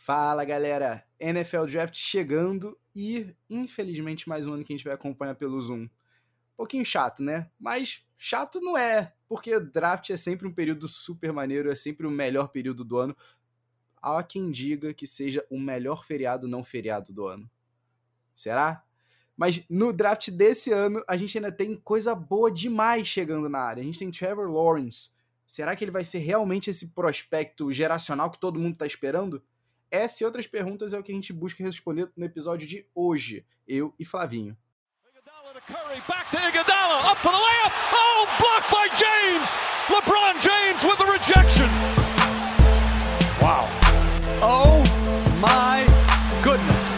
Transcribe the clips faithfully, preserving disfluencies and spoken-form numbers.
Fala, galera! N F L Draft chegando e, infelizmente, mais um ano que a gente vai acompanhar pelo Zoom. Um pouquinho chato, né? Mas chato não é, porque draft é sempre um período super maneiro, é sempre o melhor período do ano. Há quem diga que seja o melhor feriado não feriado do ano. Será? Mas no draft desse ano, a gente ainda tem coisa boa demais chegando na área. A gente tem Trevor Lawrence. Será que ele vai ser realmente esse prospecto geracional que todo mundo está esperando? Essa e outras perguntas é o que a gente busca responder no episódio de hoje, eu e Flavinho. Iguodala to Curry, back to Iguodala, up for the layup, oh, blocked by James! LeBron James with the rejection! Wow. Oh my goodness.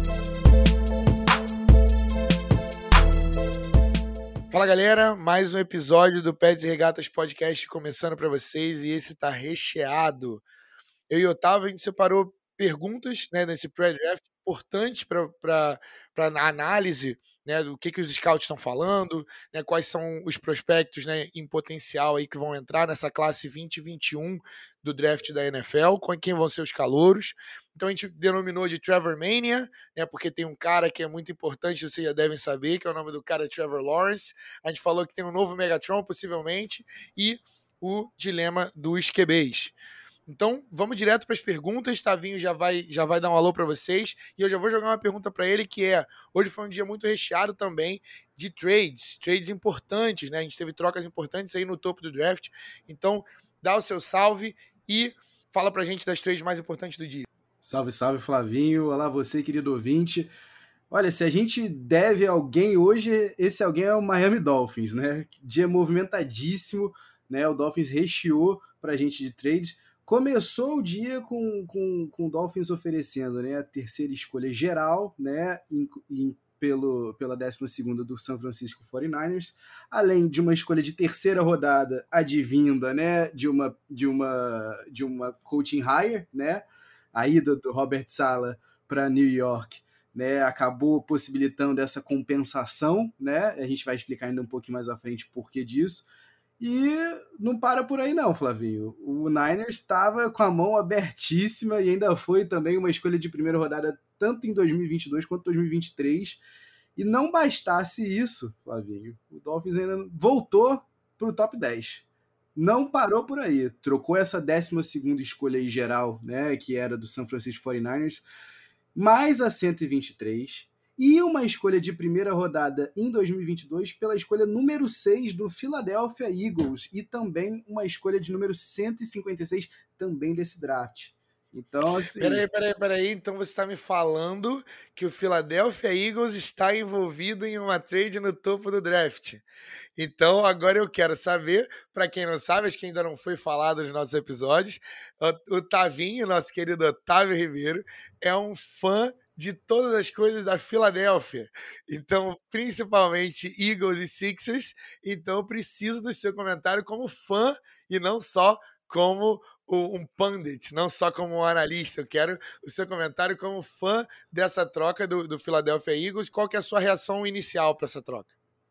Fala, galera, mais um episódio do Pets e Regatas Podcast começando para vocês, e esse tá recheado. Eu e o Otávio, a gente separou perguntas, né, nesse pré-draft importantes para a análise, né, do que, que os scouts estão falando, né, quais são os prospectos, né, em potencial aí que vão entrar nessa classe vinte e vinte e um do draft da N F L, com quem vão ser os calouros. Então a gente denominou de Trevor Mania, né, porque tem um cara que é muito importante, vocês já devem saber, que é o nome do cara, Trevor Lawrence. A gente falou que tem um novo Megatron, possivelmente, e o dilema dos Q Bs. Então, vamos direto para as perguntas. Tavinho já vai, já vai dar um alô para vocês. E eu já vou jogar uma pergunta para ele, que é... Hoje foi um dia muito recheado também de trades. Trades importantes, né? A gente teve trocas importantes aí no topo do draft. Então, dá o seu salve e fala para a gente das trades mais importantes do dia. Salve, salve, Flavinho. Olá, você, querido ouvinte. Olha, se a gente deve alguém hoje, esse alguém é o Miami Dolphins, né? Dia movimentadíssimo, né? O Dolphins recheou para a gente de trades. Começou o dia com, com, com o Dolphins oferecendo, né, a terceira escolha geral, né, em, em, pelo, pela décima segunda do San Francisco forty-niners, além de uma escolha de terceira rodada advinda, né, de uma, de uma, de uma coaching hire, né, a ida do Robert Saleh para New York, né, acabou possibilitando essa compensação, né, a gente vai explicar ainda um pouquinho mais à frente o porquê disso. E não para por aí não, Flavinho. O Niners estava com a mão abertíssima e ainda foi também uma escolha de primeira rodada tanto em dois mil e vinte e dois quanto em dois mil e vinte e três. E não bastasse isso, Flavinho, o Dolphins ainda voltou para o top dez. Não parou por aí. Trocou essa décima segunda escolha aí geral, né, que era do San Francisco forty-niners, mais a cento e vinte e três. E uma escolha de primeira rodada em dois mil e vinte e dois pela escolha número seis do Philadelphia Eagles e também uma escolha de número cento e cinquenta e seis também desse draft. Então, assim... Peraí, peraí, peraí. Então você está me falando que o Philadelphia Eagles está envolvido em uma trade no topo do draft. Então, agora eu quero saber, para quem não sabe, acho que ainda não foi falado nos nossos episódios, o, o Tavinho, nosso querido Otávio Ribeiro, é um fã de todas as coisas da Filadélfia. Então, principalmente Eagles e Sixers. Então, eu preciso do seu comentário como fã e não só como um pundit, não só como um analista. Eu quero o seu comentário como fã dessa troca do, do Philadelphia Eagles. Qual que é a sua reação inicial para essa troca?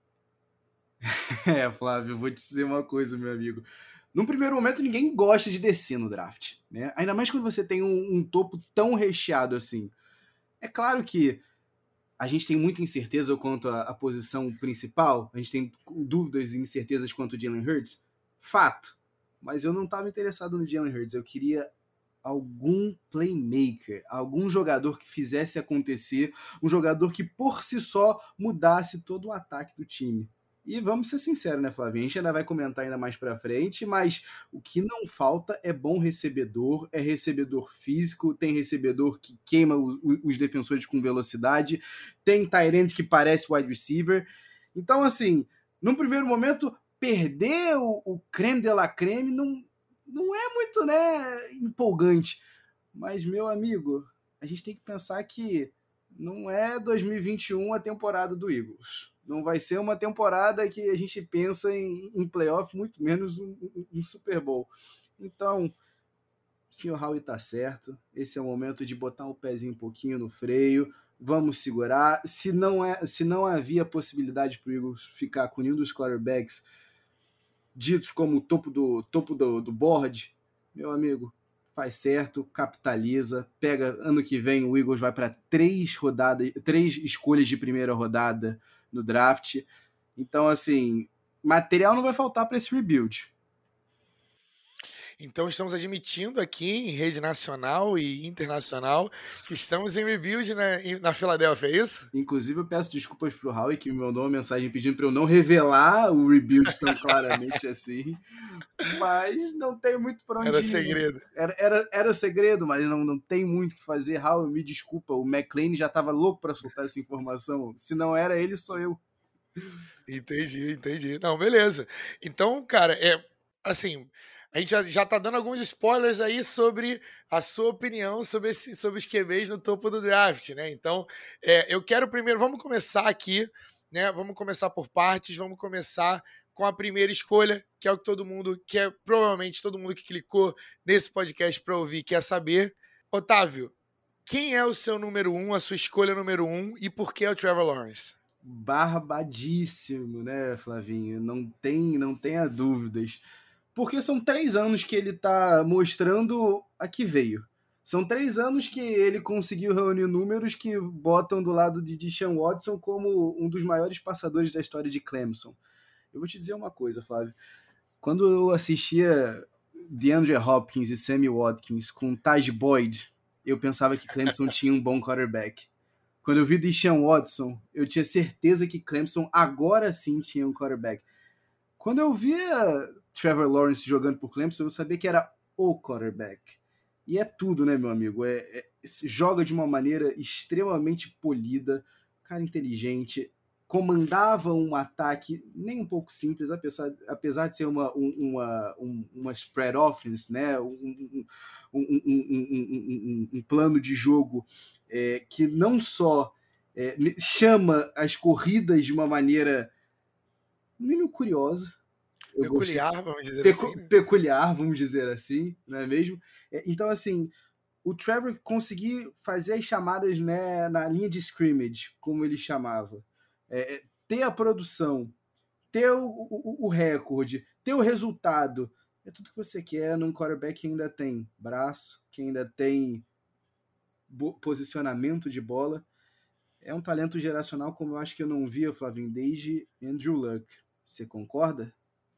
É, Flávio, eu vou te dizer uma coisa, meu amigo. Num primeiro momento, ninguém gosta de descer no draft, né? Ainda mais quando você tem um, um topo tão recheado assim. É claro que a gente tem muita incerteza quanto à, à posição principal, a gente tem dúvidas e incertezas quanto ao Jalen Hurts, fato. Mas eu não estava interessado no Jalen Hurts, eu queria algum playmaker, algum jogador que fizesse acontecer, um jogador que por si só mudasse todo o ataque do time. E vamos ser sinceros, né, Flavinho? A gente ainda vai comentar ainda mais pra frente, mas o que não falta é bom recebedor, é recebedor físico, tem recebedor que queima os, os defensores com velocidade, tem tight end que parece wide receiver. Então, assim, num primeiro momento, perder o, o creme de la creme não, não é muito, né, empolgante. Mas, meu amigo, a gente tem que pensar que não é dois mil e vinte e um a temporada do Eagles. Não vai ser uma temporada que a gente pensa em, em playoff, muito menos um, um, um Super Bowl. Então, o senhor Howie tá certo. Esse é o momento de botar o pezinho um pouquinho no freio. Vamos segurar. Se não, é, se não havia possibilidade para o Eagles ficar com nenhum dos quarterbacks ditos como topo do, topo do, do board, meu amigo, faz certo, capitaliza, pega, ano que vem o Eagles vai para três rodadas, três escolhas de primeira rodada no draft. Então, assim, material não vai faltar para esse rebuild. Então estamos admitindo aqui em rede nacional e internacional que estamos em rebuild na, na Filadélfia, é isso? Inclusive eu peço desculpas pro Howie, que me mandou uma mensagem pedindo para eu não revelar o rebuild tão claramente assim, mas não tem muito para onde Era ir. segredo. Era, era, era segredo, mas não, não tem muito o que fazer. Howie, me desculpa, o McClain já estava louco para soltar essa informação. Se não era ele, sou eu. Entendi, entendi. Não, beleza. Então, cara, é assim... A gente já, já tá dando alguns spoilers aí sobre a sua opinião sobre, esse, sobre os Q Bs no topo do draft, né? Então, é, eu quero primeiro, vamos começar aqui, né? Vamos começar por partes, vamos começar com a primeira escolha, que é o que todo mundo, que é provavelmente todo mundo que clicou nesse podcast para ouvir quer saber. Otávio, quem é o seu número um, a sua escolha número um e por que é o Trevor Lawrence? Barbadíssimo, né, Flavinho? Não tem, não tenha dúvidas. Porque são três anos que ele está mostrando a que veio. São três anos que ele conseguiu reunir números que botam do lado de Deshaun Watson como um dos maiores passadores da história de Clemson. Eu vou te dizer uma coisa, Flávio. Quando eu assistia DeAndre Hopkins e Sammy Watkins com Taj Boyd, eu pensava que Clemson tinha um bom quarterback. Quando eu vi Deshaun Watson, eu tinha certeza que Clemson agora sim tinha um quarterback. Quando eu via Trevor Lawrence jogando por Clemson, eu sabia que era o quarterback. E é tudo, né, meu amigo? É, é, joga de uma maneira extremamente polida, cara inteligente, comandava um ataque nem um pouco simples, apesar, apesar de ser uma, uma, uma spread offense, né? um, um, um, um, um, um plano de jogo é, que não só é, chama as corridas de uma maneira meio curiosa, Eu peculiar, gostei. vamos dizer Pecu- assim. Né? Peculiar, vamos dizer assim, não é mesmo? Então, assim, o Trevor conseguir fazer as chamadas, né, na linha de scrimmage, como ele chamava, é, ter a produção, ter o, o, o recorde, ter o resultado, é tudo que você quer num quarterback que ainda tem braço, que ainda tem posicionamento de bola. É um talento geracional como eu acho que eu não via, Flavinho, desde Andrew Luck. Você concorda?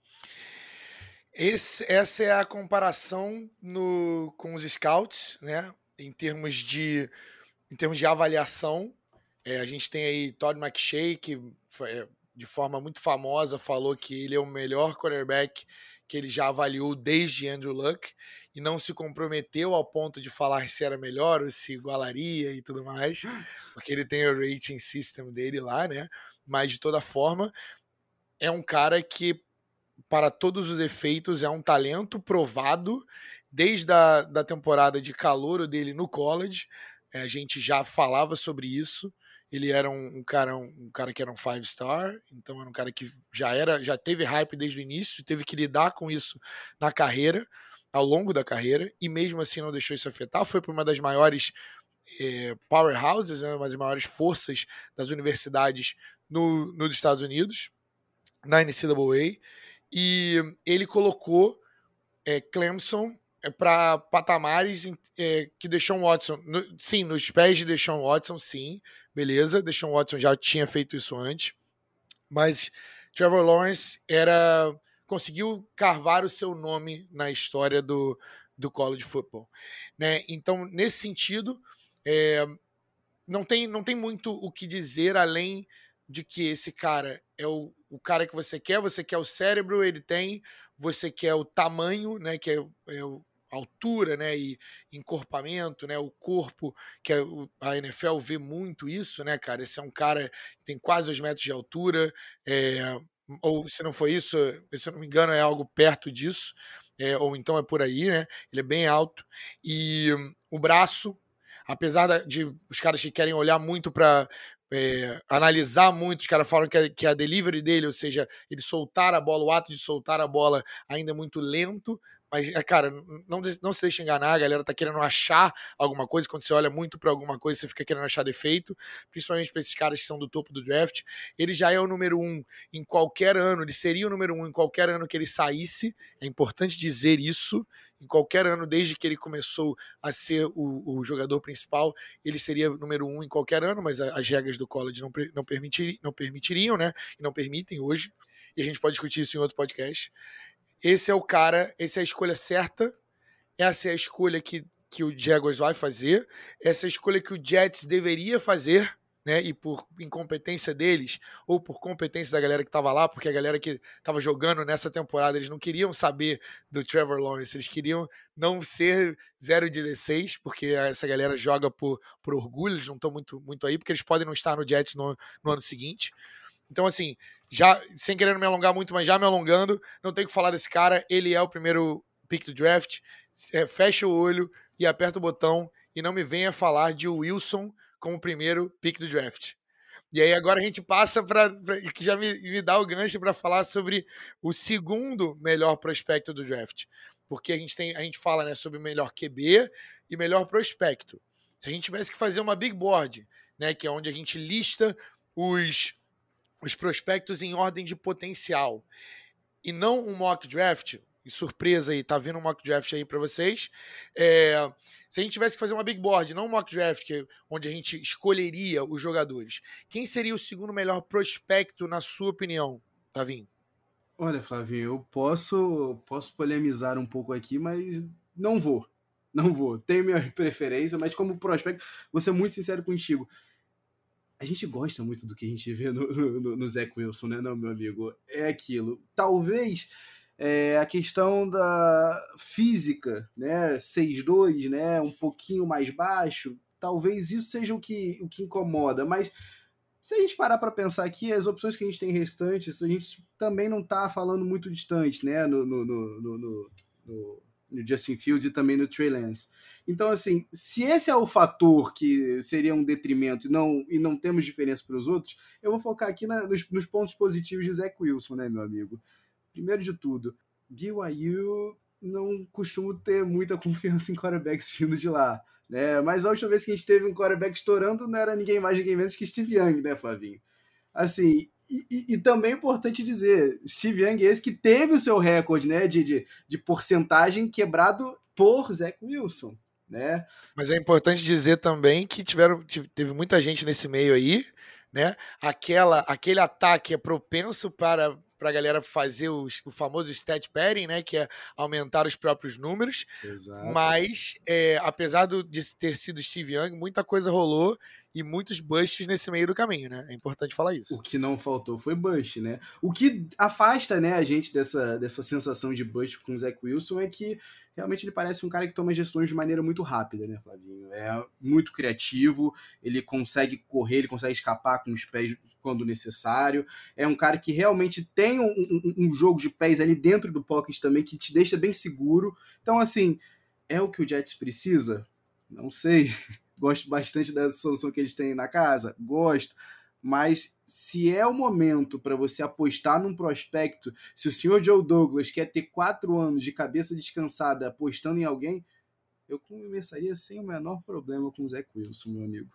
Esse, essa é a comparação no, com os scouts, né? Em termos de, em termos de avaliação. É, a gente tem aí Todd McShay, que foi, de forma muito famosa falou que ele é o melhor quarterback que ele já avaliou desde Andrew Luck e não se comprometeu ao ponto de falar se era melhor ou se igualaria e tudo mais, porque ele tem o rating system dele lá, né? Mas, de toda forma, é um cara que, para todos os efeitos, é um talento provado desde a da temporada de calouro dele no college. É, a gente já falava sobre isso. Ele era um, um, cara, um, um cara que era um five star, então era um cara que já, era, já teve hype desde o início, teve que lidar com isso na carreira, ao longo da carreira, e mesmo assim não deixou isso afetar. Foi para uma das maiores é, powerhouses, né, uma das maiores forças das universidades no, nos Estados Unidos, na N C double A, e ele colocou é, Clemson é, para patamares é, que Deshaun Watson, no, sim, nos pés de Deshaun Watson, sim, beleza, Deshaun Watson já tinha feito isso antes, mas Trevor Lawrence era, conseguiu carvar o seu nome na história do, do college football, né? Então, nesse sentido, é, não, tem, não tem muito o que dizer além de que esse cara é o, o cara que você quer, você quer o cérebro, ele tem, você quer o tamanho, né, que é, é a altura, né, e encorpamento, né, o corpo, que é, a N F L vê muito isso, né, cara, esse é um cara que tem quase dois metros de altura, é, ou se não for isso, se eu não me engano é algo perto disso, é, ou então é por aí, né, ele é bem alto, e um, o braço, apesar de os caras que querem olhar muito para é, analisar muito, os caras falam que a, que a delivery dele, ou seja, ele soltar a bola, o ato de soltar a bola ainda é muito lento, mas, cara, não, não se deixe enganar, a galera tá querendo achar alguma coisa, quando você olha muito para alguma coisa, você fica querendo achar defeito, principalmente para esses caras que são do topo do draft. Ele já é o número um em qualquer ano, ele seria o número um em qualquer ano que ele saísse, é importante dizer isso, em qualquer ano, desde que ele começou a ser o, o jogador principal, ele seria número um em qualquer ano, mas a, as regras do college não, não, permitir, não permitiriam, né? E não permitem hoje. E a gente pode discutir isso em outro podcast. Esse é o cara, essa é a escolha certa, essa é a escolha que, que o Jaguars vai fazer, essa é a escolha que o Jets deveria fazer, né, e por incompetência deles, ou por competência da galera que estava lá, porque a galera que estava jogando nessa temporada, eles não queriam saber do Trevor Lawrence, eles queriam não ser zero dezesseis, porque essa galera joga por, por orgulho, eles não estão muito, muito aí, porque eles podem não estar no Jets no, no ano seguinte. Então, assim, já sem querer me alongar muito, mas já me alongando, não tenho que falar desse cara, ele é o primeiro pick do draft, é, fecha o olho e aperta o botão, e não me venha falar de Wilson como primeiro pick do draft. E aí agora a gente passa para que já me, me dá o gancho para falar sobre o segundo melhor prospecto do draft. Porque a gente, tem, a gente fala, né, sobre melhor Q B e melhor prospecto. Se a gente tivesse que fazer uma big board, né, que é onde a gente lista os, os prospectos em ordem de potencial, e não um mock draft, e surpresa aí, tá vindo um mock draft aí para vocês, é, se a gente tivesse que fazer uma big board, não um mock draft, que é onde a gente escolheria os jogadores, quem seria o segundo melhor prospecto, na sua opinião, Tavinho? Olha, Flavinho, eu posso, posso polemizar um pouco aqui, mas não vou. Não vou. Tenho minha preferência, mas como prospecto, vou ser muito sincero contigo. A gente gosta muito do que a gente vê no, no, no Zach Wilson, né, não, meu amigo? É aquilo. Talvez é, a questão da física, né, seis dois, né, um pouquinho mais baixo, talvez isso seja o que, o que incomoda, mas se a gente parar para pensar aqui, as opções que a gente tem restantes, a gente também não está falando muito distante, né, no, no, no, no, no, no Justin Fields e também no Trey Lance. Então, assim, se esse é o fator que seria um detrimento e não, e não temos diferença para os outros, eu vou focar aqui na, nos, nos pontos positivos de Zach Wilson, né, meu amigo? Primeiro de tudo, B Y U não costumo ter muita confiança em quarterbacks vindo de lá, né? Mas a última vez que a gente teve um quarterback estourando não era ninguém mais, ninguém menos que Steve Young, né, Flavinho? Assim, e, e, e também é importante dizer, Steve Young é esse que teve o seu recorde, né, de, de, de porcentagem quebrado por Zach Wilson, né? Mas é importante dizer também que tiveram, teve muita gente nesse meio aí, né? Aquela, aquele ataque é propenso para para a galera fazer os, o famoso stat padding, né, que é aumentar os próprios números. Exato. Mas, é, apesar do, de ter sido Steve Young, muita coisa rolou e muitos busts nesse meio do caminho, né? É importante falar isso. O que não faltou foi bust, né? O que afasta, né, a gente dessa, dessa sensação de bust com o Zach Wilson é que realmente ele parece um cara que toma gestões de maneira muito rápida, né, Flavinho? É muito criativo, ele consegue correr, ele consegue escapar com os pés quando necessário. É um cara que realmente tem um, um, um jogo de pés ali dentro do pocket também, que te deixa bem seguro. Então, assim, é o que o Jets precisa? Não sei. Gosto bastante da solução que eles têm na casa? Gosto. Mas se é o momento para você apostar num prospecto, se o senhor Joe Douglas quer ter quatro anos de cabeça descansada apostando em alguém, eu começaria sem o menor problema com o Zach Wilson, meu amigo.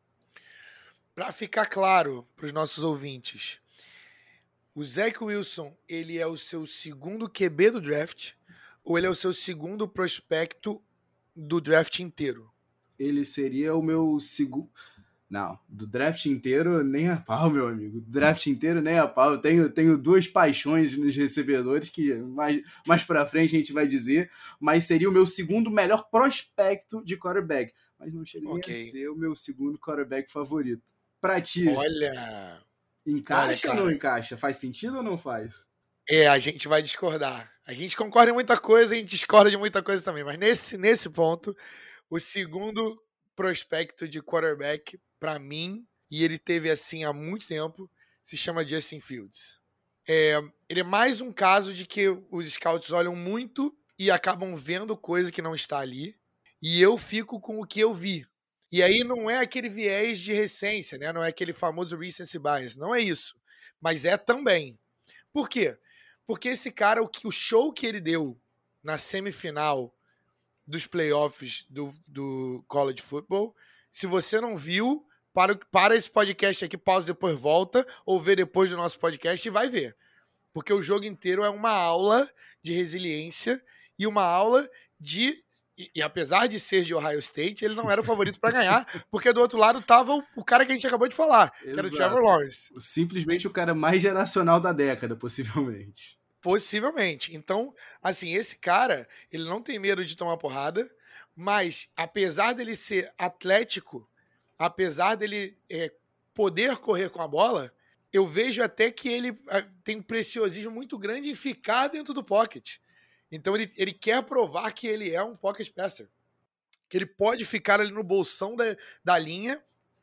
Para ficar claro para os nossos ouvintes, o Zach Wilson, ele é o seu segundo Q B do draft ou ele é o seu segundo prospecto do draft inteiro? Ele seria o meu segundo... Não, do draft inteiro nem a pau, meu amigo. Do draft inteiro nem a pau. Eu tenho, tenho duas paixões nos recebedores que mais, mais pra frente a gente vai dizer, mas seria o meu segundo melhor prospecto de quarterback. Mas não chega nem okay. a ser o meu segundo quarterback favorito. Pra ti, olha, encaixa olha, ou não encaixa? Faz sentido ou não faz? É, a gente vai discordar. A gente concorda em muita coisa, a gente discorda de muita coisa também. Mas nesse, nesse ponto, o segundo prospecto de quarterback, pra mim, e ele teve assim há muito tempo, se chama Justin Fields. É, ele é mais um caso de que os scouts olham muito e acabam vendo coisa que não está ali. E eu fico com o que eu vi. E aí não é aquele viés de recência, né? Não é aquele famoso recency bias. Não é isso. Mas é também. Por quê? Porque esse cara, o, que, o show que ele deu na semifinal dos playoffs do, do college football, se você não viu, para, para esse podcast aqui, pausa, depois volta, ou vê depois do nosso podcast e vai ver. Porque o jogo inteiro é uma aula de resiliência e uma aula de... E, e apesar de ser de Ohio State, ele não era o favorito para ganhar, porque do outro lado tava o, o cara que a gente acabou de falar, que Exato. era o Trevor Lawrence. Simplesmente o cara mais geracional da década, possivelmente. Possivelmente. Então, assim, esse cara, ele não tem medo de tomar porrada, mas apesar dele ser atlético, apesar dele é, poder correr com a bola, eu vejo até que ele tem um preciosismo muito grande em ficar dentro do pocket. Então ele, ele quer provar que ele é um pocket passer. Que ele pode ficar ali no bolsão da, da linha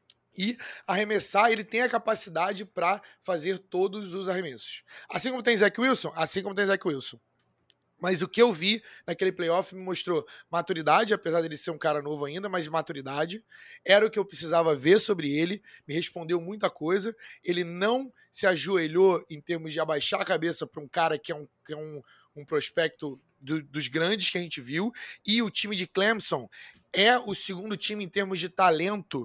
e arremessar. Ele tem a capacidade para fazer todos os arremessos. Assim como tem Zach Wilson, assim como tem Zach Wilson. Mas o que eu vi naquele playoff me mostrou maturidade, apesar dele ser um cara novo ainda, mas maturidade. Era o que eu precisava ver sobre ele, me respondeu muita coisa. Ele não se ajoelhou em termos de abaixar a cabeça para um cara que é um, que é um, um prospecto do, dos grandes que a gente viu. E o time de Clemson é o segundo time em termos de talento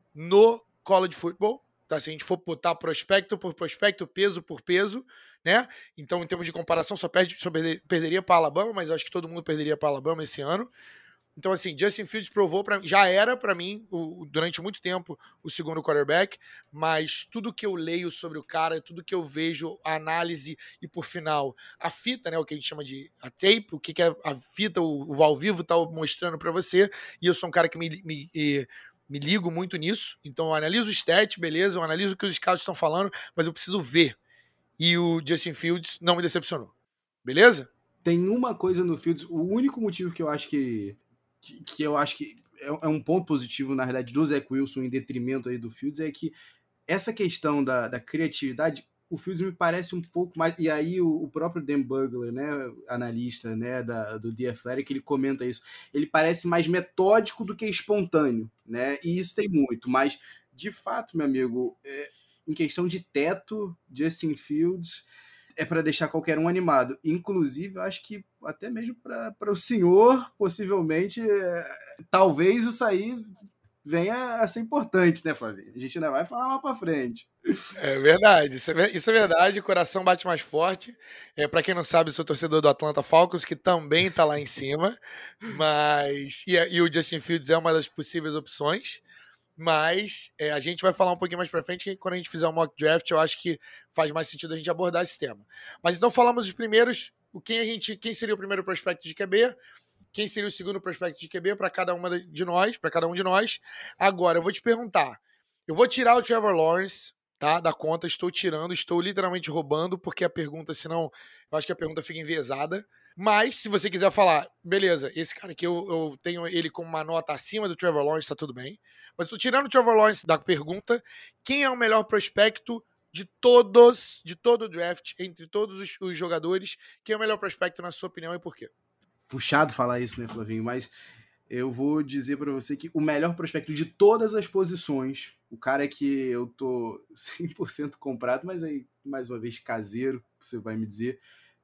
no college football. Tá? Se a gente for botar prospecto por prospecto, peso por peso, né? Então, em termos de comparação, só, perde, só perderia para Alabama, mas eu acho que todo mundo perderia para Alabama esse ano. Então, assim, Justin Fields provou para já era para mim o, durante muito tempo o segundo quarterback, mas tudo que eu leio sobre o cara, tudo que eu vejo, a análise e por final a fita, né, o que a gente chama de a tape, o que, que é a fita, o, o ao vivo tá mostrando para você. E eu sou um cara que me, me, me me ligo muito nisso. Então, eu analiso o stat, beleza, eu analiso o que os scouts estão falando, mas eu preciso ver. E o Justin Fields não me decepcionou. Beleza? Tem uma coisa no Fields, o único motivo que eu acho que que, que eu acho que é, é um ponto positivo, na verdade, do Zach Wilson em detrimento aí do Fields, é que essa questão da, da criatividade, o Fields me parece um pouco mais, e aí o, o próprio Dan Burglar, né, analista, né, da, do The Athletic, ele comenta isso, ele parece mais metódico do que espontâneo, né, e isso tem muito, mas de fato, meu amigo, é, em questão de teto, Justin Fields é para deixar qualquer um animado. Inclusive, eu acho que até mesmo para o senhor, possivelmente, é, talvez isso aí venha a ser importante, né, Flavinho? A gente ainda vai falar lá para frente. É verdade, isso é, isso é verdade, o coração bate mais forte. É, para quem não sabe, eu sou torcedor do Atlanta Falcons, que também tá lá em cima, mas e, e o Justin Fields é uma das possíveis opções. Mas é, a gente vai falar um pouquinho mais pra frente, que quando a gente fizer o mock draft, eu acho que faz mais sentido a gente abordar esse tema. Mas então falamos os primeiros, quem, a gente, quem seria o primeiro prospecto de Q B, quem seria o segundo prospecto de Q B para cada uma de nós, para cada um de nós. Agora, eu vou te perguntar, eu vou tirar o Trevor Lawrence, tá, da conta, estou tirando, estou literalmente roubando, porque a pergunta, senão, eu acho que a pergunta fica enviesada. Mas, se você quiser falar, beleza, esse cara aqui eu, eu tenho ele com uma nota acima do Trevor Lawrence, tá tudo bem. Mas tô tirando o Trevor Lawrence da pergunta, quem é o melhor prospecto de todos, de todo o draft, entre todos os, os jogadores, quem é o melhor prospecto na sua opinião e por quê? Puxado falar isso, né, Flavinho? Mas eu vou dizer pra você que o melhor prospecto de todas as posições, o cara que eu tô cem por cento comprado, mas aí, mais uma vez, caseiro, você vai me dizer,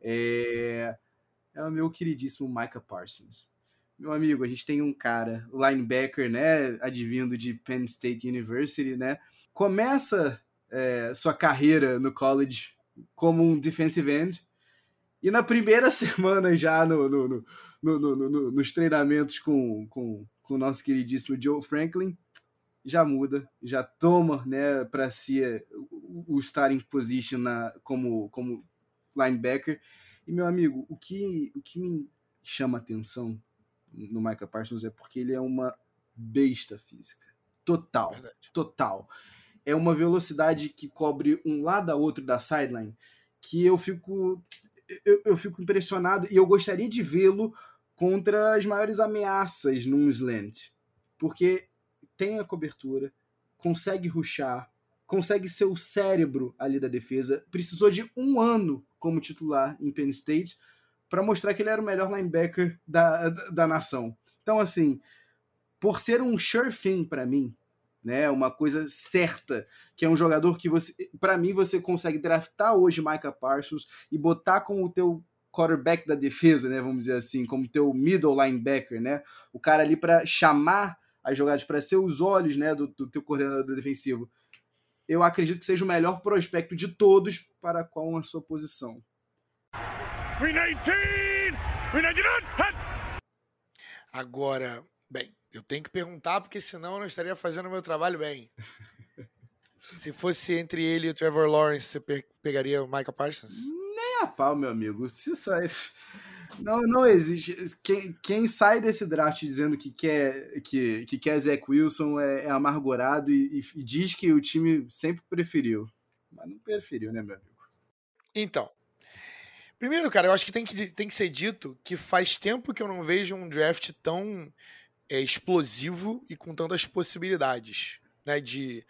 é... é o meu queridíssimo Micah Parsons. Meu amigo, a gente tem um cara, linebacker, né, advindo de Penn State University, né, começa é, sua carreira no college como um defensive end, e na primeira semana já no, no, no, no, no, no, nos treinamentos com, com, com o nosso queridíssimo Joe Franklin, já muda, já toma, né, para si o, o starting position na, como, como linebacker. E, meu amigo, o que, o que me chama atenção no Micah Parsons é porque ele é uma besta física. Total, Verdade. total. É uma velocidade que cobre um lado a outro da sideline que eu fico, eu, eu fico impressionado e eu gostaria de vê-lo contra as maiores ameaças num slant. Porque tem a cobertura, consegue rushar, consegue ser o cérebro ali da defesa. Precisou de um ano como titular em Penn State para mostrar que ele era o melhor linebacker da, da, da nação. Então, assim, por ser um sure thing para mim, né, uma coisa certa, que é um jogador que você, para mim, você consegue draftar hoje Micah Parsons e botar como o teu quarterback da defesa, né, vamos dizer assim, como teu middle linebacker, né, o cara ali para chamar as jogadas, para ser os olhos, né, do, do teu coordenador defensivo. Eu acredito que seja o melhor prospecto de todos para qual a sua posição. Agora, bem, eu tenho que perguntar, porque senão eu não estaria fazendo o meu trabalho bem. Se fosse entre ele e o Trevor Lawrence, você pe- pegaria o Micah Parsons? Nem a pau, meu amigo. Se sai... Não, não existe. Quem, quem sai desse draft dizendo que quer, que, que quer Zach Wilson é, é amargurado e, e diz que o time sempre preferiu. Mas não preferiu, né, meu amigo? Então, primeiro, cara, eu acho que tem que, tem que ser dito que faz tempo que eu não vejo um draft tão é, explosivo e com tantas possibilidades, né, de,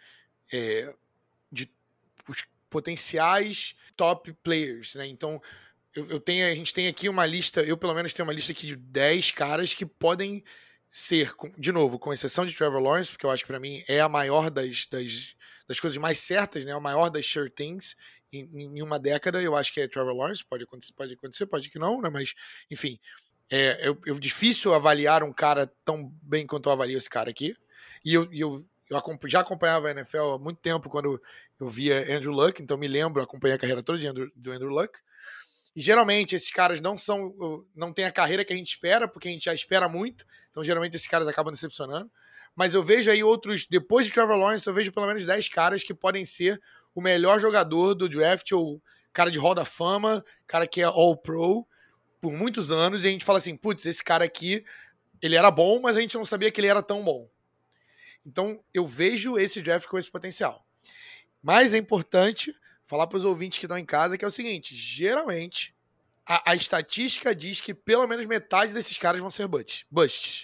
é, de os potenciais top players, né? Então, eu, eu tenho, a gente tem aqui uma lista, eu pelo menos tenho uma lista aqui de dez caras que podem ser, de novo, com exceção de Trevor Lawrence, porque eu acho que para mim é a maior das, das, das coisas mais certas, né? A maior das sure things em, em uma década, eu acho que é Trevor Lawrence, pode acontecer, pode acontecer, pode que não, né? Mas, enfim, é, é, é difícil avaliar um cara tão bem quanto eu avalio esse cara aqui. E eu, eu, eu já acompanhava a N F L há muito tempo quando eu via Andrew Luck, então me lembro, acompanhei a carreira toda de Andrew, do Andrew Luck. E geralmente esses caras não são, não têm a carreira que a gente espera, porque a gente já espera muito, então geralmente esses caras acabam decepcionando. Mas eu vejo aí outros, depois de Trevor Lawrence, eu vejo pelo menos dez caras que podem ser o melhor jogador do draft, ou cara de Hall da Fama, cara que é All-Pro por muitos anos, e a gente fala assim, putz, esse cara aqui, ele era bom, mas a gente não sabia que ele era tão bom. Então eu vejo esse draft com esse potencial. Mas é importante falar para os ouvintes que estão em casa que é o seguinte, geralmente a, a estatística diz que pelo menos metade desses caras vão ser busts. busts.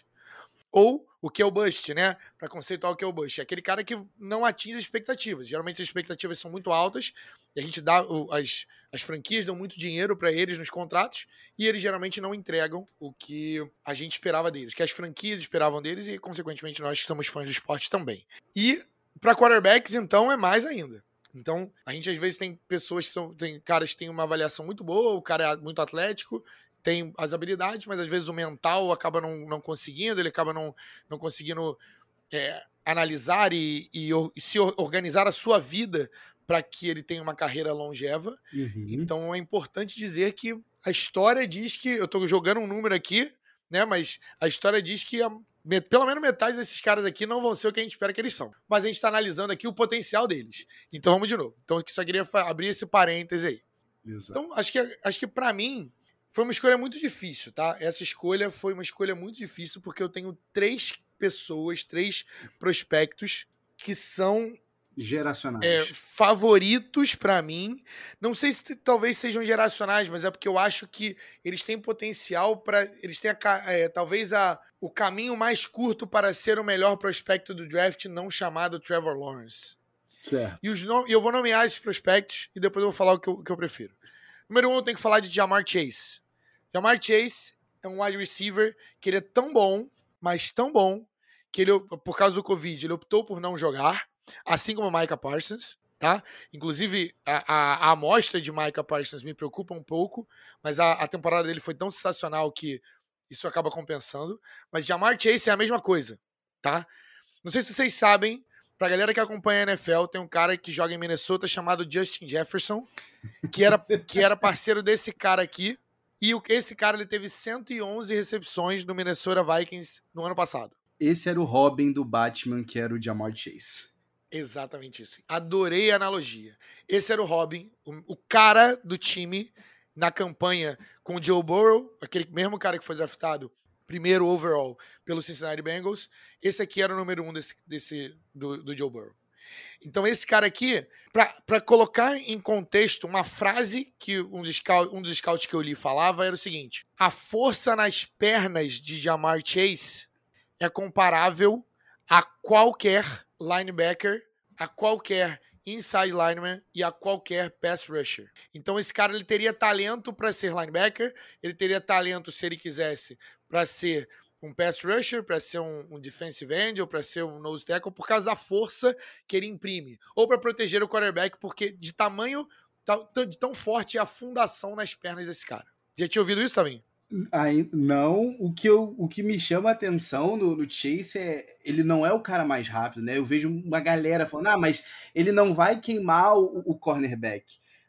Ou o que é o bust, né? Para conceituar o que é o bust. É aquele cara que não atinge as expectativas. Geralmente as expectativas são muito altas e a gente dá, as, as franquias dão muito dinheiro para eles nos contratos e eles geralmente não entregam o que a gente esperava deles, que as franquias esperavam deles e, consequentemente, nós que somos fãs do esporte também. E para quarterbacks, então, é mais ainda. Então, a gente às vezes tem pessoas que são, tem caras que têm uma avaliação muito boa, o cara é muito atlético, tem as habilidades, mas às vezes o mental acaba não, não conseguindo, ele acaba não, não conseguindo é, analisar e, e, e se organizar a sua vida para que ele tenha uma carreira longeva. Uhum. Então é importante dizer que a história diz que, eu estou jogando um número aqui, né? Mas a história diz que a, pelo menos metade desses caras aqui não vão ser o que a gente espera que eles são. Mas a gente está analisando aqui o potencial deles. Então vamos de novo. Então eu só queria abrir esse parêntese aí. Exato. Então acho que, acho que para mim foi uma escolha muito difícil, tá? Essa escolha foi uma escolha muito difícil porque eu tenho três pessoas, três prospectos que são geracionais. É, favoritos pra mim. Não sei se talvez sejam geracionais, mas é porque eu acho que eles têm potencial para eles têm a, é, talvez a, o caminho mais curto para ser o melhor prospecto do draft, não chamado Trevor Lawrence. Certo. E os e eu vou nomear esses prospectos e depois eu vou falar o que eu, o que eu prefiro. Número um, eu tenho que falar de Ja'Marr Chase. Ja'Marr Chase é um wide receiver que ele é tão bom, mas tão bom, que ele, por causa do Covid, ele optou por não jogar, assim como o Micah Parsons, tá? Inclusive, a, a, a amostra de Micah Parsons me preocupa um pouco, mas a, a temporada dele foi tão sensacional que isso acaba compensando. Mas Ja'Marr Chase é a mesma coisa, tá? Não sei se vocês sabem, pra galera que acompanha a N F L, tem um cara que joga em Minnesota chamado Justin Jefferson, que era, que era parceiro desse cara aqui, e o, esse cara ele teve cento e onze recepções no Minnesota Vikings no ano passado. Esse era o Robin do Batman, que era o Ja'Marr Chase. Exatamente isso. Adorei a analogia. Esse era o Robin, o, o cara do time na campanha com o Joe Burrow, aquele mesmo cara que foi draftado primeiro overall pelo Cincinnati Bengals. Esse aqui era o número um desse, desse, do, do Joe Burrow. Então esse cara aqui, para colocar em contexto uma frase que um dos, scout, um dos scouts que eu li falava era o seguinte: a força nas pernas de Ja'Marr Chase é comparável a qualquer linebacker, a qualquer inside lineman e a qualquer pass rusher. Então esse cara ele teria talento para ser linebacker, ele teria talento, se ele quisesse, para ser um pass rusher, para ser um, um defensive end ou para ser um nose tackle, por causa da força que ele imprime, ou para proteger o quarterback, porque de tamanho, de tão forte é a fundação nas pernas desse cara. Já tinha ouvido isso também? Aí, não, o que, eu, o que me chama a atenção no, no Chase é ele não é o cara mais rápido, né? Eu vejo uma galera falando, ah, mas ele não vai queimar o, o cornerback.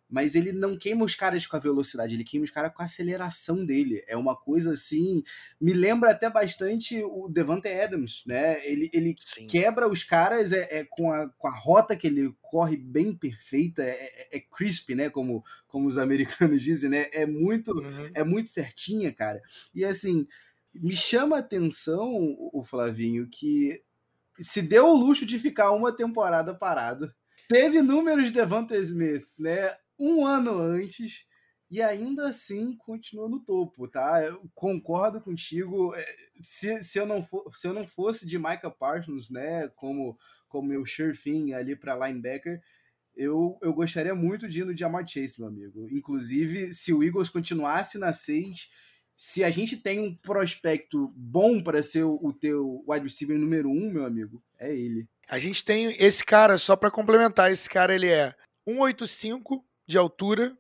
mas ele não queima os caras com a velocidade, ele queima os caras com a aceleração dele. É uma coisa assim, me lembra até bastante o Davante Adams, né? Ele, ele quebra os caras é, é, com, a, com a rota que ele corre bem perfeita, é, é, é crisp, né? Como, como os americanos dizem, né? É muito, uhum. é muito certinha, cara. E assim, me chama a atenção, o Flavinho, que se deu o luxo de ficar uma temporada parado. Teve números de Devonta Smith, né? Um ano antes, e ainda assim continuou no topo, tá? Eu concordo contigo. Se, se, eu, não for, se eu não fosse de Micah Parsons, né? Como, como meu sure thing ali para linebacker, eu, eu gostaria muito de ir no Ja'Marr Chase, meu amigo. Inclusive, se o Eagles continuasse na seis, se a gente tem um prospecto bom para ser o, o teu wide receiver número um, meu amigo, é ele. A gente tem esse cara, só para complementar, esse cara ele é um vírgula oitenta e cinco de altura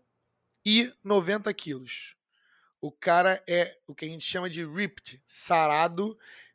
e noventa quilos. O cara é o que a gente chama de ripped, sarado,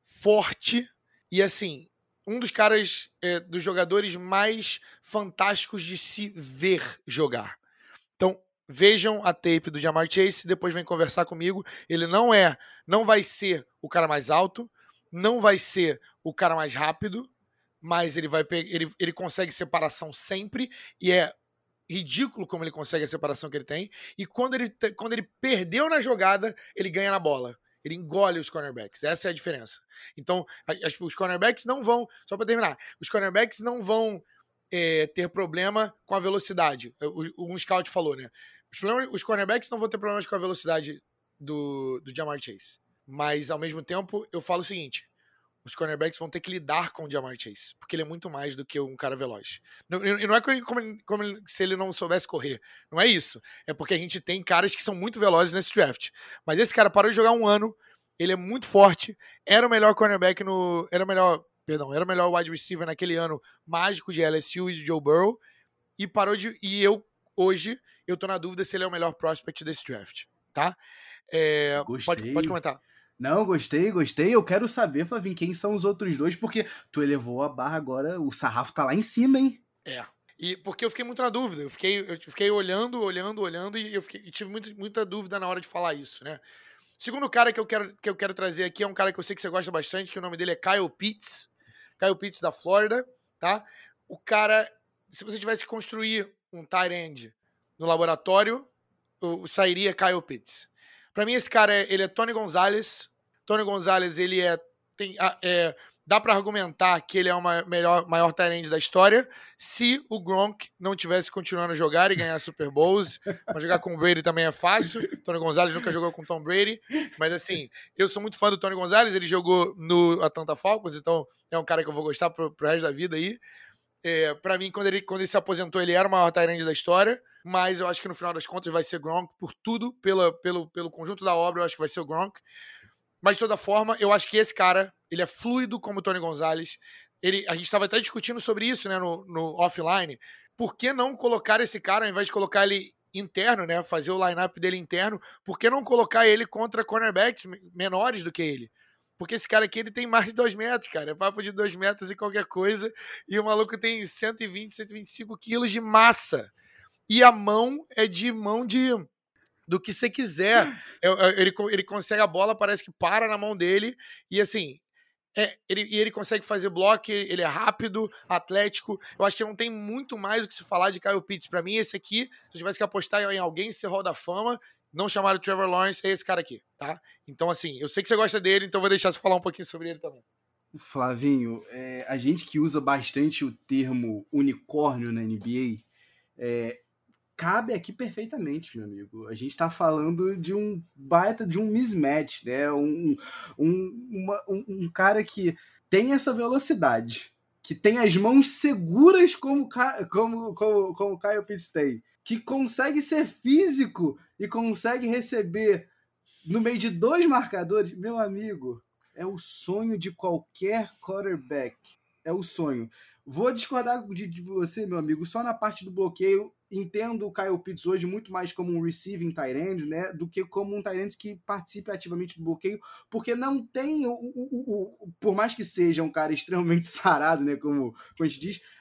forte e assim, um dos caras, é, dos jogadores mais fantásticos de se ver jogar. Então, vejam a tape do Ja'Marr Chase, depois vem conversar comigo. Ele não é, não vai ser o cara mais alto, não vai ser o cara mais rápido, mas ele vai pegar, ele, ele consegue separação sempre e é ridículo como ele consegue a separação que ele tem. E quando ele, quando ele perdeu na jogada, ele ganha na bola. Ele engole os cornerbacks. Essa é a diferença. Então, as, os cornerbacks não vão, só para terminar, os cornerbacks não vão é, ter problema com a velocidade. O, um scout falou, né? Os, problemas, os cornerbacks não vão ter problemas com a velocidade do, do Ja'Marr Chase. Mas, ao mesmo tempo, eu falo o seguinte: os cornerbacks vão ter que lidar com o Ja'Marr Chase, porque ele é muito mais do que um cara veloz. E não é como, como se ele não soubesse correr, não é isso. É porque a gente tem caras que são muito velozes nesse draft. Mas esse cara parou de jogar um ano, ele é muito forte, era o melhor cornerback no... Era o melhor, perdão, era o melhor wide receiver naquele ano mágico de L S U e de Joe Burrow, e parou de... E eu, hoje, eu tô na dúvida se ele é o melhor prospect desse draft, tá? É, pode, pode comentar. Não, gostei, gostei. Eu quero saber, Flavinho, quem são os outros dois, porque tu elevou a barra agora, o sarrafo tá lá em cima, hein? É. E porque eu fiquei muito na dúvida. Eu fiquei, eu fiquei olhando, olhando, olhando, e eu fiquei, tive muito, muita dúvida na hora de falar isso, né? O segundo cara que eu, quero, que eu quero trazer aqui é um cara que eu sei que você gosta bastante, que o nome dele é Kyle Pitts. Kyle Pitts da Flórida, tá? O cara, se você tivesse que construir um tight end no laboratório, eu, sairia Kyle Pitts. Pra mim, esse cara, é, ele é Tony Gonzalez. Tony Gonzalez, ele é... Tem, é dá pra argumentar que ele é o maior, maior tight end da história se o Gronk não tivesse continuando a jogar e ganhar Super Bowls. Mas jogar com o Brady também é fácil. Tony Gonzalez nunca jogou com Tom Brady. Mas, assim, eu sou muito fã do Tony Gonzalez. Ele jogou no Atlanta Falcons, então é um cara que eu vou gostar pro, pro resto da vida aí. É, pra mim, quando ele, quando ele se aposentou, ele era o maior tight end da história. Mas eu acho que no final das contas vai ser Gronk por tudo, pela, pelo, pelo conjunto da obra, eu acho que vai ser o Gronk. Mas, de toda forma, eu acho que esse cara, ele é fluido como o Tony Gonzalez. Ele, a gente estava até discutindo sobre isso, né, no, no offline. Por que não colocar esse cara, ao invés de colocar ele interno, né, fazer o line-up dele interno, por que não colocar ele contra cornerbacks menores do que ele? Porque esse cara aqui, ele tem mais de dois metros, cara. É papo de dois metros e qualquer coisa. E o maluco tem cento e vinte, cento e vinte e cinco quilos de massa. E a mão é de mão de... do que você quiser. Ele, ele consegue a bola, parece que para na mão dele, e assim, é, ele, ele consegue fazer bloco, ele é rápido, atlético. Eu acho que não tem muito mais o que se falar de Kyle Pitts. Pra mim, esse aqui, se eu tivesse que apostar em alguém ser Hall da Fama, não chamar o Trevor Lawrence, é esse cara aqui, tá? Então, assim, eu sei que você gosta dele, então vou deixar você falar um pouquinho sobre ele também. Flavinho, é, a gente que usa bastante o termo unicórnio na N B A, é, cabe aqui perfeitamente, meu amigo. A gente está falando de um baita, de um mismatch, né? Um, um, uma, um, um cara que tem essa velocidade, que tem as mãos seguras como como como, como o Kyle Pitts tem, que consegue ser físico e consegue receber no meio de dois marcadores. Meu amigo, é o sonho de qualquer quarterback. É o sonho. Vou discordar de, de você, meu amigo, só na parte do bloqueio. Entendo o Kyle Pitts hoje muito mais como um receiving tight end, né, do que como um tight end que participe ativamente do bloqueio, porque não tem, o, o, o, o, por mais que seja um cara extremamente sarado, né, como, como a gente diz,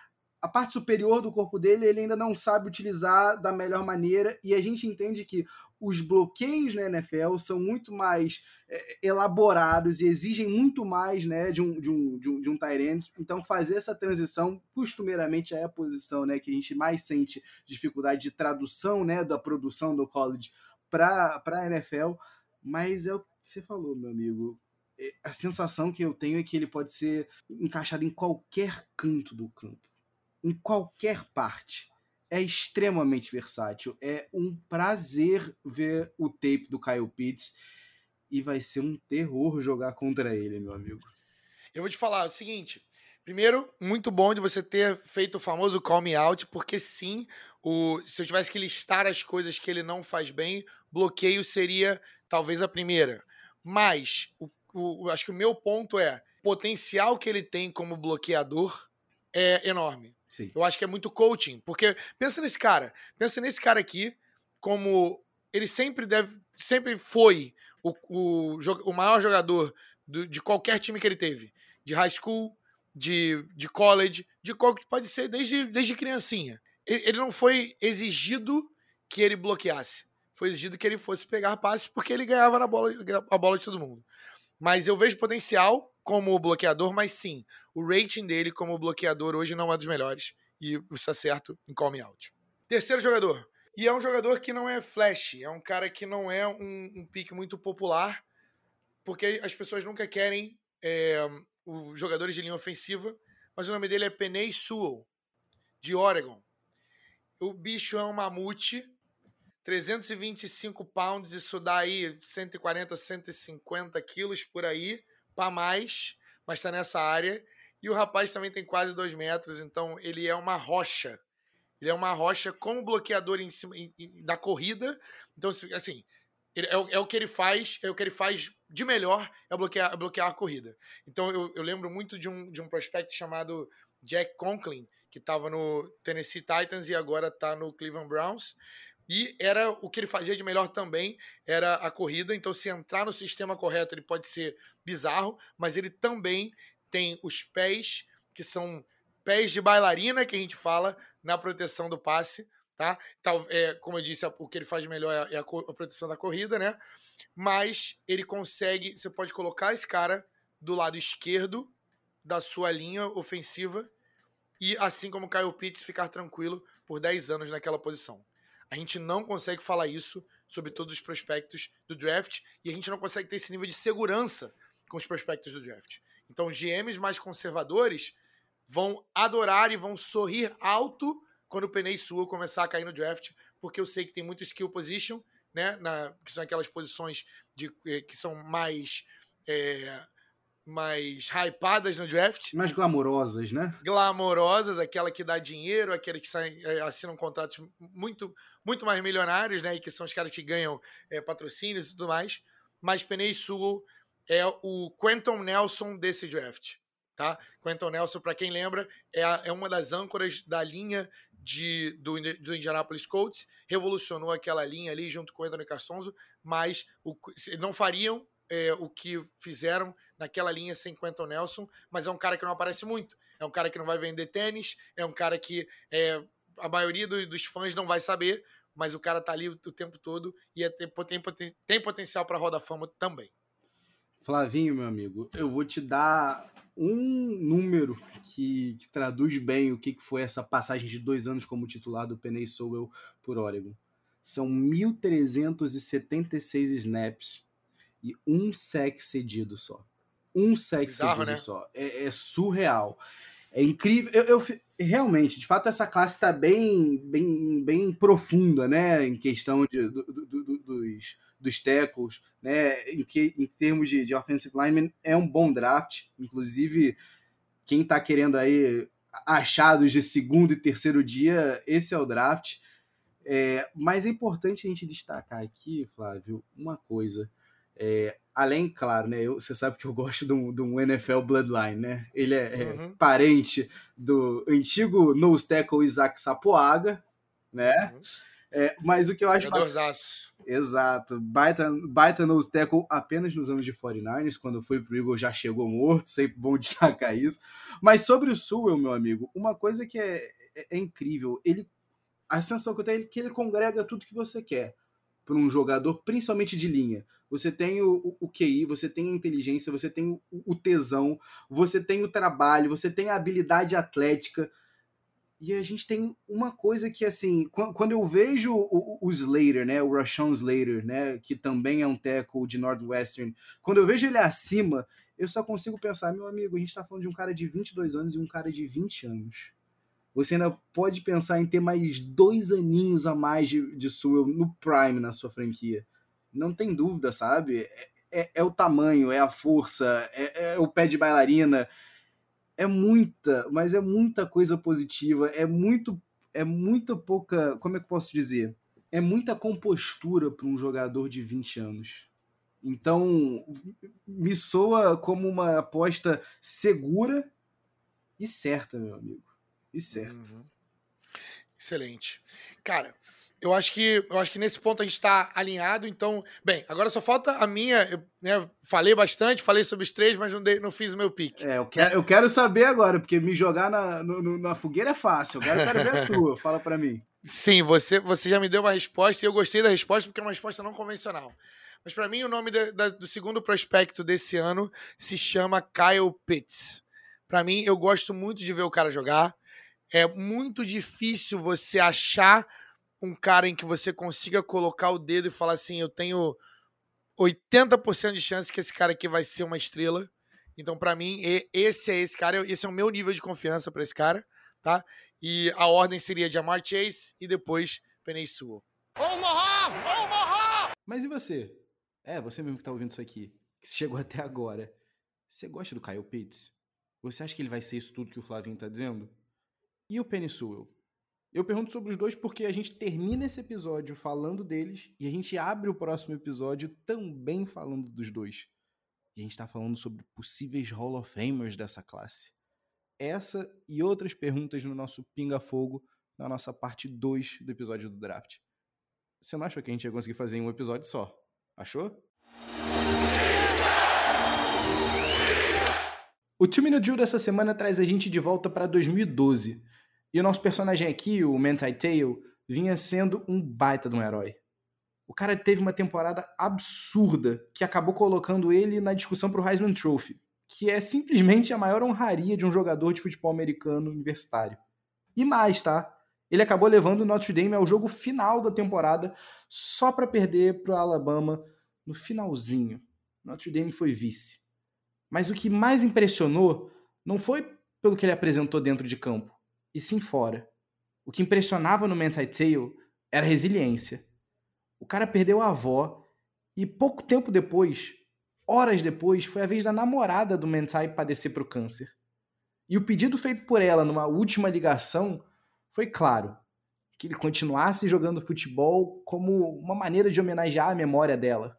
a parte superior do corpo dele ele ainda não sabe utilizar da melhor maneira, e a gente entende que os bloqueios na N F L são muito mais é, elaborados e exigem muito mais, né, de um, de um, de um, de um tight end. Então, fazer essa transição, costumeiramente, é a posição, né, que a gente mais sente dificuldade de tradução, né, da produção do college para a N F L. Mas é o que você falou, meu amigo. A sensação que eu tenho é que ele pode ser encaixado em qualquer canto do campo, em qualquer parte. É extremamente versátil. É um prazer ver o tape do Kyle Pitts e vai ser um terror jogar contra ele, meu amigo. Eu vou te falar o seguinte. Primeiro, muito bom de você ter feito o famoso call me out, porque sim, o, se eu tivesse que listar as coisas que ele não faz bem, bloqueio seria talvez a primeira. Mas, o, o, acho que o meu ponto é, o potencial que ele tem como bloqueador é enorme. Sim. Eu acho que é muito coaching, porque pensa nesse cara, pensa nesse cara aqui, como ele sempre deve, sempre foi o, o, o maior jogador do, de qualquer time que ele teve, de high school, de, de college, de qualquer, pode ser desde, desde criancinha. Ele, ele não foi exigido que ele bloqueasse, foi exigido que ele fosse pegar passes porque ele ganhava na bola, a bola de todo mundo. Mas eu vejo potencial como bloqueador, mas sim, o rating dele como bloqueador hoje não é dos melhores. E está certo em call me out. Terceiro jogador. E é um jogador que não é flash. É um cara que não é um, um pique muito popular, porque as pessoas nunca querem é, os jogadores de linha ofensiva, mas o nome dele é Penei Sewell, de Oregon. O bicho é um mamute, trezentos e vinte e cinco pounds, isso dá aí cento e quarenta, cento e cinquenta quilos por aí, para mais, mas está nessa área. E o rapaz também tem quase dois metros, então ele é uma rocha. Ele é uma rocha como bloqueador em cima em, em, da corrida. Então, assim, ele, é, é o que ele faz, é o que ele faz de melhor, é bloquear, é bloquear a corrida. Então, eu, eu lembro muito de um, de um prospect chamado Jack Conklin, que estava no Tennessee Titans e agora está no Cleveland Browns. E era o que ele fazia de melhor também, era a corrida. Então, se entrar no sistema correto, ele pode ser bizarro, mas ele também tem os pés, que são pés de bailarina, que a gente fala, na proteção do passe, tá? Então, é, como eu disse, o que ele faz de melhor é a, a proteção da corrida, né? Mas ele consegue, você pode colocar esse cara do lado esquerdo da sua linha ofensiva e, assim como o Kyle Pitts, ficar tranquilo por dez anos naquela posição. A gente não consegue falar isso sobre todos os prospectos do draft e a gente não consegue ter esse nível de segurança com os prospectos do draft. Então, os G Ms mais conservadores vão adorar e vão sorrir alto quando o Penei Sewell começar a cair no draft, porque eu sei que tem muito skill position, né, na, que são aquelas posições de, que são mais, é, mais hypadas no draft. Mais glamorosas, né? Glamorosas, aquela que dá dinheiro, aquela que sai, é, assinam contratos muito, muito mais milionários, né, e que são os caras que ganham é, patrocínios e tudo mais. Mas Penei Sewell é o Quenton Nelson desse draft. Tá? Quenton Nelson, para quem lembra, é, a, é uma das âncoras da linha de, do, do Indianapolis Colts, revolucionou aquela linha ali junto com o Anthony Castonzo, mas o, não fariam é, o que fizeram naquela linha sem Quenton Nelson, mas é um cara que não aparece muito, é um cara que não vai vender tênis, é um cara que é, a maioria do, dos fãs não vai saber, mas o cara tá ali o, o tempo todo e é, tem, tem, tem potencial para Roda Fama também. Flavinho, meu amigo, eu vou te dar um número que, que traduz bem o que, que foi essa passagem de dois anos como titular do Penei Sewell por Oregon. São mil trezentos e setenta e seis snaps e um sack cedido só. Um sack Bizarro, cedido né? só. É, é surreal. É incrível. Eu, eu, realmente, de fato, essa classe está bem, bem, bem profunda, né? Em questão de, do, do, do, dos, dos tackles, né? Em, que, em termos de, de offensive lineman, é um bom draft. Inclusive, quem está querendo aí achados de segundo e terceiro dia, esse é o draft. É, mas é importante a gente destacar aqui, Flávio, uma coisa. É, além, claro, né, eu, você sabe que eu gosto de um, de um N F L Bloodline, né? Ele é, é uhum. parente do antigo nose tackle Isaac Sapoaga, né? Uhum. É, mas o que eu acho... Jogadorzaço. Exato. Baita, baita nose tackle apenas nos anos de quarenta e nove ers, quando foi pro Eagles já chegou morto, sempre bom destacar isso. Mas sobre o Sewell, meu amigo, uma coisa que é, é, é incrível, ele, a sensação que eu tenho é que ele congrega tudo que você quer para um jogador, principalmente de linha. Você tem o, o, o Q I, você tem a inteligência, você tem o, o tesão, você tem o trabalho, você tem a habilidade atlética. E a gente tem uma coisa que, assim, quando eu vejo o, o Slater, né, o Rashawn Slater, né, que também é um tackle de Northwestern, quando eu vejo ele acima, eu só consigo pensar, meu amigo, a gente tá falando de um cara de vinte e dois anos e um cara de vinte anos. Você ainda pode pensar em ter mais dois aninhos a mais de, de Sewell no prime na sua franquia. Não tem dúvida, sabe? É, é, é o tamanho, é a força, é, é o pé de bailarina. É muita, mas é muita coisa positiva, é muito, é muita pouca, como é que eu posso dizer? É muita compostura para um jogador de vinte anos. Então, me soa como uma aposta segura e certa, meu amigo. E certa. Uhum. Excelente. Cara, eu acho que eu acho que nesse ponto a gente está alinhado, então... Bem, agora só falta a minha... Eu, né, falei bastante, falei sobre os três, mas não, dei, não fiz o meu pique. É, eu quero, eu quero saber agora, porque me jogar na, no, na fogueira é fácil. Agora eu quero ver a tua. Fala pra mim. Sim, você, você já me deu uma resposta e eu gostei da resposta porque é uma resposta não convencional. Mas para mim o nome da, da, do segundo prospecto desse ano se chama Kyle Pitts. Para mim, eu gosto muito de ver o cara jogar. É muito difícil você achar um cara em que você consiga colocar o dedo e falar assim, eu tenho oitenta por cento de chance que esse cara aqui vai ser uma estrela. Então, para mim, esse é esse cara, esse é o meu nível de confiança para esse cara, tá? E a ordem seria Ja'Marr Chase e depois Penei Sewell. Omaha! Omaha! Mas e você? É, você mesmo que tá ouvindo isso aqui, que chegou até agora. Você gosta do Kyle Pitts? Você acha que ele vai ser isso tudo que o Flavinho tá dizendo? E o Penei Sewell? Eu pergunto sobre os dois porque a gente termina esse episódio falando deles e a gente abre o próximo episódio também falando dos dois. E a gente tá falando sobre possíveis Hall of Famers dessa classe. Essa e outras perguntas no nosso Pinga Fogo, na nossa parte dois do episódio do draft. Você não achou que a gente ia conseguir fazer em um episódio só? Achou? O Two Minute Drill dessa semana traz a gente de volta para dois mil e doze. E o nosso personagem aqui, o Manti Te'o, vinha sendo um baita de um herói. O cara teve uma temporada absurda que acabou colocando ele na discussão para o Heisman Trophy, que é simplesmente a maior honraria de um jogador de futebol americano universitário. E mais, tá? Ele acabou levando o Notre Dame ao jogo final da temporada só para perder para o Alabama no finalzinho. Notre Dame foi vice. Mas o que mais impressionou não foi pelo que ele apresentou dentro de campo, e sim fora. O que impressionava no Manti Te'o era a resiliência. O cara perdeu a avó e pouco tempo depois, horas depois, foi a vez da namorada do Manti padecer para o câncer. E o pedido feito por ela numa última ligação foi claro, que ele continuasse jogando futebol como uma maneira de homenagear a memória dela.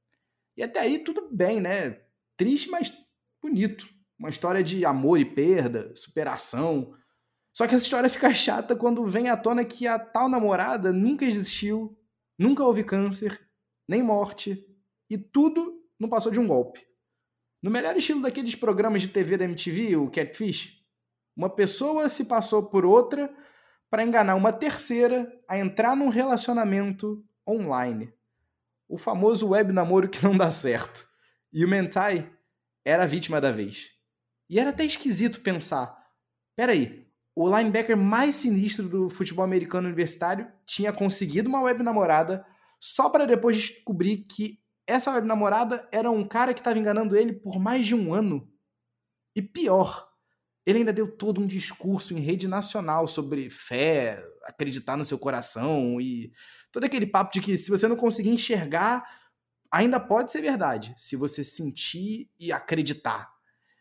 E até aí tudo bem, né? Triste, mas bonito. Uma história de amor e perda, superação. Só que essa história fica chata quando vem à tona que a tal namorada nunca existiu, nunca houve câncer, nem morte, e tudo não passou de um golpe. No melhor estilo daqueles programas de T V da M T V, o Catfish, uma pessoa se passou por outra para enganar uma terceira a entrar num relacionamento online. O famoso web namoro que não dá certo. E o Manti era a vítima da vez. E era até esquisito pensar, peraí, o linebacker mais sinistro do futebol americano universitário tinha conseguido uma web namorada só para depois descobrir que essa web namorada era um cara que estava enganando ele por mais de um ano. E pior, ele ainda deu todo um discurso em rede nacional sobre fé, acreditar no seu coração e todo aquele papo de que se você não conseguir enxergar, ainda pode ser verdade, se você sentir e acreditar.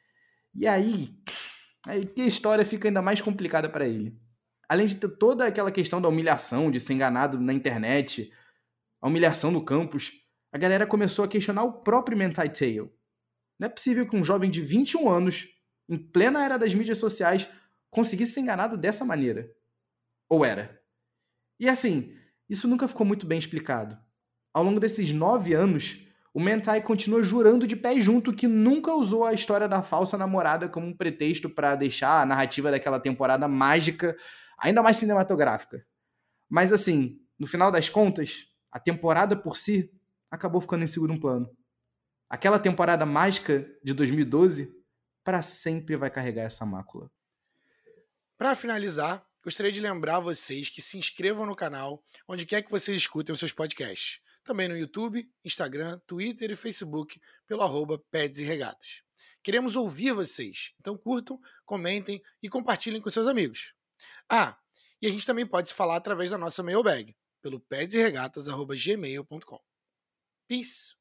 E aí, aí que a história fica ainda mais complicada para ele. Além de ter toda aquela questão da humilhação, de ser enganado na internet, a humilhação no campus, a galera começou a questionar o próprio Manti Te'o. Não é possível que um jovem de vinte e um anos, em plena era das mídias sociais, conseguisse ser enganado dessa maneira. Ou era? E assim, Isso nunca ficou muito bem explicado. Ao longo desses nove anos, o Manti continua jurando de pé junto que nunca usou a história da falsa namorada como um pretexto para deixar a narrativa daquela temporada mágica ainda mais cinematográfica. Mas assim, no final das contas, a temporada por si acabou ficando em segundo plano. Aquela temporada mágica de dois mil e doze para sempre vai carregar essa mácula. Para finalizar, gostaria de lembrar vocês que se inscrevam no canal onde quer que vocês escutem os seus podcasts. Também no YouTube, Instagram, Twitter e Facebook pelo arroba Peds e Regatas. Queremos ouvir vocês, então curtam, comentem e compartilhem com seus amigos. Ah, e a gente também pode se falar através da nossa mailbag, pelo pedsregatas arroba gmail ponto com. Peace!